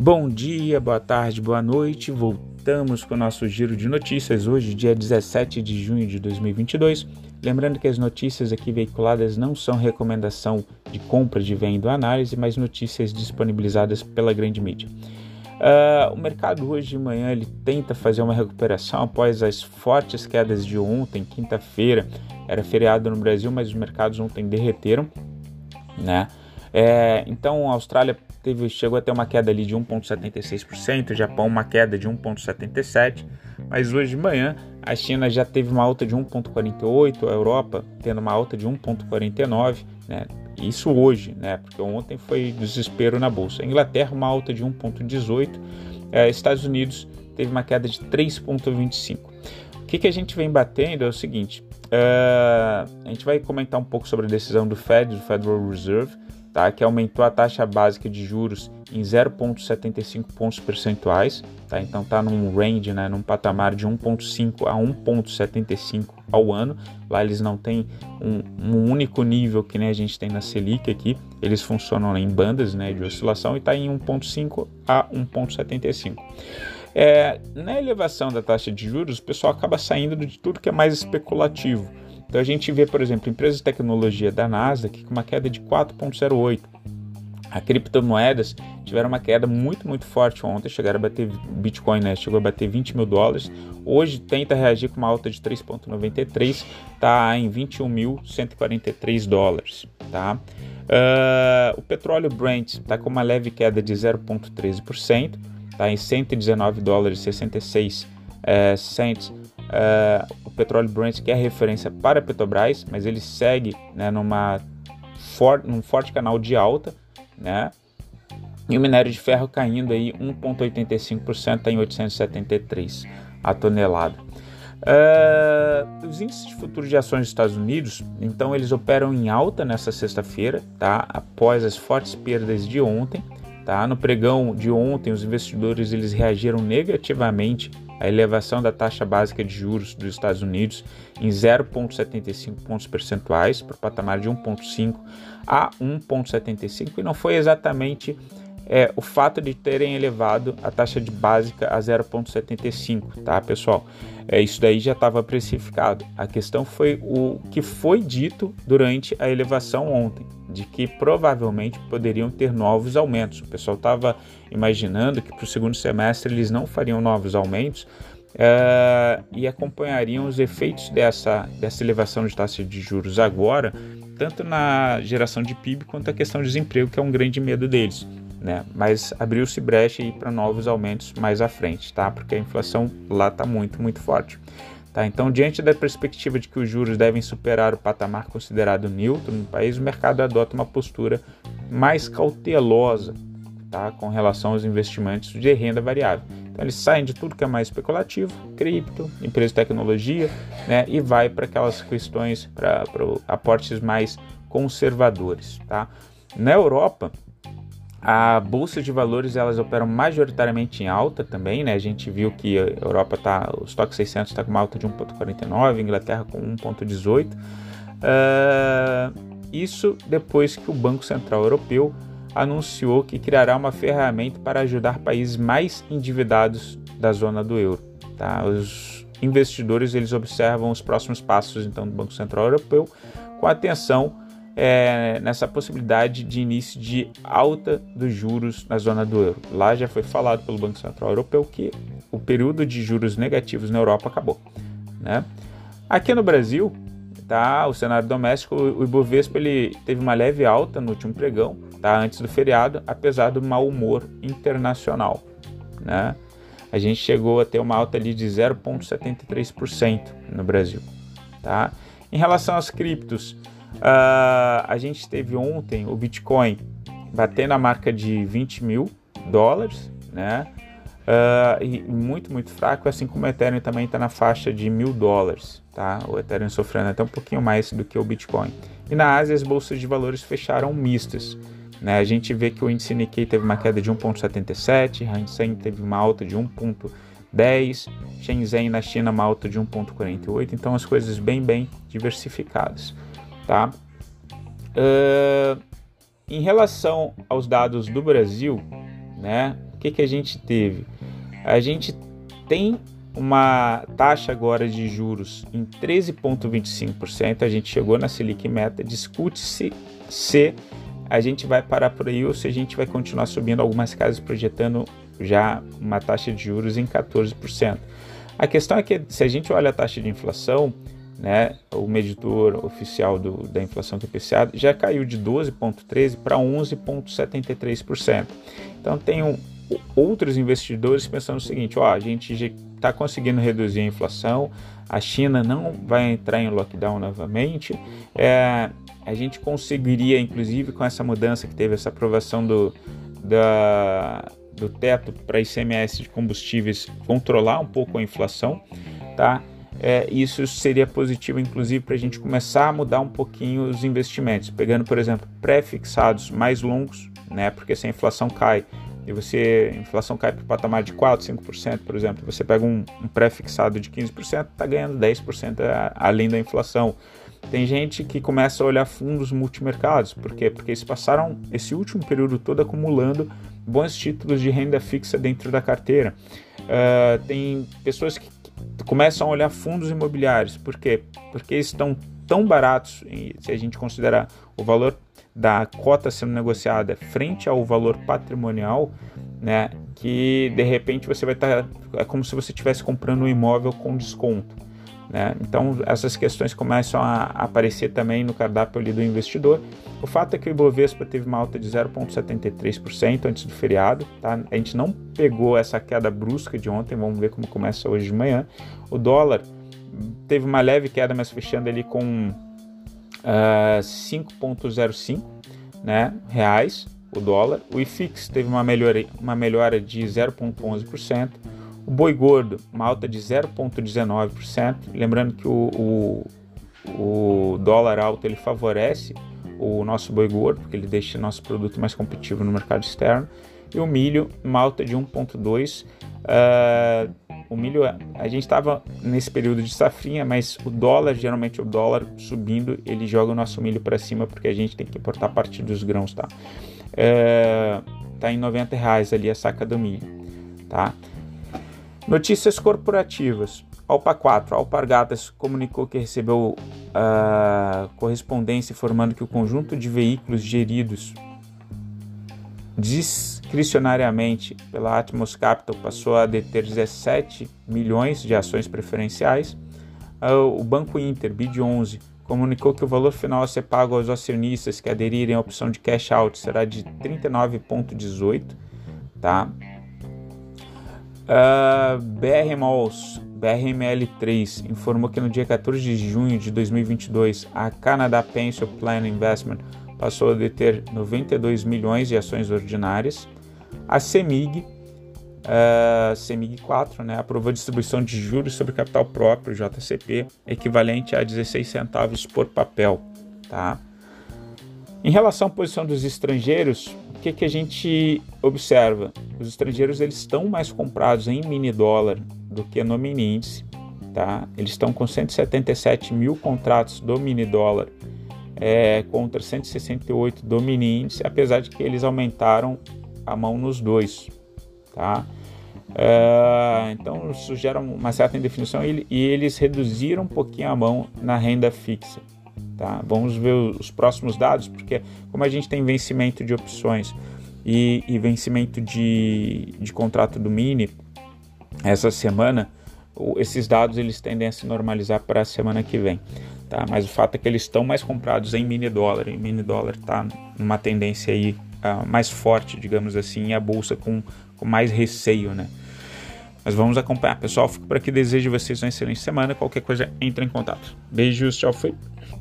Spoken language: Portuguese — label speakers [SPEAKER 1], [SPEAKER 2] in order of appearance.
[SPEAKER 1] Bom dia, boa tarde, boa noite. Voltamos com o nosso giro de notícias hoje, dia 17 de junho de 2022. Lembrando que as notícias aqui veiculadas não são recomendação de compra, de venda ou análise, mas notícias disponibilizadas pela grande mídia. O mercado hoje de manhã ele tenta fazer uma recuperação após as fortes quedas de ontem, quinta-feira. Era feriado no Brasil, mas os mercados ontem derreteram, né? Então a Austrália chegou a ter uma queda ali de 1,76%, o Japão uma queda de 1,77%, mas hoje de manhã a China já teve uma alta de 1,48%, a Europa tendo uma alta de 1,49%, né? Isso hoje, né? Porque ontem foi desespero na bolsa. A Inglaterra uma alta de 1,18%, Estados Unidos teve uma queda de 3,25%. O que a gente vem batendo é o seguinte, a gente vai comentar um pouco sobre a decisão do Federal Reserve, tá, que aumentou a taxa básica de juros em 0,75 pontos percentuais, tá? Então está num range, né, num patamar de 1,5 a 1,75 ao ano. Lá eles não têm um único nível que nem a gente tem na Selic aqui, eles funcionam em bandas, né, de oscilação e está em 1,5 a 1,75. Na elevação da taxa de juros, o pessoal acaba saindo de tudo que é mais especulativo. Então a gente vê, por exemplo, empresas de tecnologia da Nasdaq com uma queda de 4,08%. As criptomoedas tiveram uma queda muito forte ontem, chegaram a bater Bitcoin, né? Chegou a bater $20 mil. Hoje tenta reagir com uma alta de 3,93%, está em $21.143, tá? O petróleo Brent está com uma leve queda de 0,13%, está em $119,66. O petróleo Brent, que é a referência para a Petrobras, mas ele segue, né, num forte canal de alta, né? E o minério de ferro caindo aí 1,85%, está em 873 a tonelada. Os índices de futuro de ações dos Estados Unidos, então eles operam em alta nessa sexta-feira, tá? Após as fortes perdas de ontem, tá? No pregão de ontem, os investidores eles reagiram negativamente à elevação da taxa básica de juros dos Estados Unidos em 0,75 pontos percentuais, para o patamar de 1,5 a 1,75, e não foi exatamente o fato de terem elevado a taxa de básica a 0,75, tá, pessoal? Isso daí já estava precificado. A questão foi o que foi dito durante a elevação ontem, de que provavelmente poderiam ter novos aumentos. O pessoal estava imaginando que para o segundo semestre eles não fariam novos aumentos e acompanhariam os efeitos dessa elevação de taxa de juros agora, tanto na geração de PIB quanto a questão de desemprego, que é um grande medo deles, né? Mas abriu-se brecha para novos aumentos mais à frente, tá? Porque a inflação lá está muito forte. Tá, então, diante da perspectiva de que os juros devem superar o patamar considerado neutro no país, o mercado adota uma postura mais cautelosa, tá, com relação aos investimentos de renda variável. Então, eles saem de tudo que é mais especulativo, cripto, empresa de tecnologia, né, e vai para aquelas questões, para aportes mais conservadores. Tá? Na Europa, a bolsa de valores elas operam majoritariamente em alta também, né? A gente viu que a Europa o estoque 600 está com uma alta de 1,49, a Inglaterra com 1,18. Isso depois que o Banco Central Europeu anunciou que criará uma ferramenta para ajudar países mais endividados da zona do euro. Tá? Os investidores eles observam os próximos passos então do Banco Central Europeu com atenção nessa possibilidade de início de alta dos juros na zona do euro. Lá já foi falado pelo Banco Central Europeu que o período de juros negativos na Europa acabou, né? Aqui no Brasil, tá, o cenário doméstico, o Ibovespa ele teve uma leve alta no último pregão, tá, antes do feriado, apesar do mau humor internacional, né? A gente chegou a ter uma alta ali de 0,73% no Brasil, tá? Em relação às criptos, a gente teve ontem o Bitcoin batendo a marca de $20 mil, né? E muito fraco, assim como o Ethereum também está na faixa de $1.000, tá? O Ethereum sofrendo até um pouquinho mais do que o Bitcoin. E na Ásia as bolsas de valores fecharam mistas, né? A gente vê que o índice Nikkei teve uma queda de 1,77, Hang Seng teve uma alta de 1,10, Shenzhen na China uma alta de 1,48, então as coisas bem diversificadas. Tá? Em relação aos dados do Brasil, né, o que a gente teve? A gente tem uma taxa agora de juros em 13,25%, a gente chegou na Selic meta, discute-se se a gente vai parar por aí ou se a gente vai continuar subindo, algumas casas projetando já uma taxa de juros em 14%. A questão é que se a gente olha a taxa de inflação, né, o medidor oficial da inflação IPCA já caiu de 12,13% para 11,73%. Então tem outros investidores pensando o seguinte, a gente já está conseguindo reduzir a inflação, a China não vai entrar em lockdown novamente, a gente conseguiria, inclusive com essa mudança que teve essa aprovação do teto para ICMS de combustíveis, controlar um pouco a inflação, tá? Isso seria positivo, inclusive, para a gente começar a mudar um pouquinho os investimentos, pegando, por exemplo, pré-fixados mais longos, né? Porque se a inflação cai e a inflação cai para o patamar de 4%, 5%, por exemplo, você pega um pré-fixado de 15%, está ganhando 10% além da inflação. Tem gente que começa a olhar fundos multimercados. Por quê? Porque eles passaram esse último período todo acumulando bons títulos de renda fixa dentro da carteira. Tem pessoas que começam a olhar fundos imobiliários. Por quê? Porque eles estão tão baratos, se a gente considerar o valor da cota sendo negociada frente ao valor patrimonial, né, que de repente você vai estar... É como se você estivesse comprando um imóvel com desconto. Né? Então essas questões começam a aparecer também no cardápio ali do investidor. O fato é que o Ibovespa teve uma alta de 0,73% antes do feriado, tá? A gente não pegou essa queda brusca de ontem, vamos ver como começa hoje de manhã. O dólar teve uma leve queda, mas fechando ali com 5,05, né, reais o dólar. O IFIX teve uma melhora de 0,11%. O boi gordo, uma alta de 0,19%. Lembrando que o dólar alto ele favorece o nosso boi gordo, porque ele deixa nosso produto mais competitivo no mercado externo. E o milho, uma alta de 1,2%. O milho, a gente estava nesse período de safrinha, mas geralmente o dólar subindo, ele joga o nosso milho para cima, porque a gente tem que importar parte dos grãos, tá? Tá em R$90 ali a saca do milho, tá? Notícias corporativas. Alpa4, a Alpargatas comunicou que recebeu correspondência informando que o conjunto de veículos geridos discricionariamente pela Atmos Capital passou a deter 17 milhões de ações preferenciais. O Banco Inter, BID11, comunicou que o valor final a ser pago aos acionistas que aderirem à opção de cash out será de 39,18, tá? BR Malls, BRML3, informou que no dia 14 de junho de 2022 a Canada Pension Plan Investment passou a deter 92 milhões de ações ordinárias. A CEMIG 4, né, aprovou a distribuição de juros sobre capital próprio, JCP, equivalente a 16 centavos por papel. Tá? Em relação à posição dos estrangeiros, o que a gente observa? Os estrangeiros eles estão mais comprados em mini dólar do que no mini índice. Tá? Eles estão com 177 mil contratos do mini dólar contra 168 do mini índice, apesar de que eles aumentaram a mão nos dois. Tá? Então isso gera uma certa indefinição e eles reduziram um pouquinho a mão na renda fixa. Tá? Vamos ver os próximos dados, porque como a gente tem vencimento de opções e vencimento de contrato do mini essa semana, esses dados eles tendem a se normalizar para a semana que vem. Tá? Mas o fato é que eles estão mais comprados em mini dólar. E mini dólar está numa tendência aí, mais forte, digamos assim, e a bolsa com mais receio, né? Mas vamos acompanhar. Pessoal, fico por aqui. Desejo a vocês uma excelente semana. Qualquer coisa, entre em contato. Beijos, tchau, fui.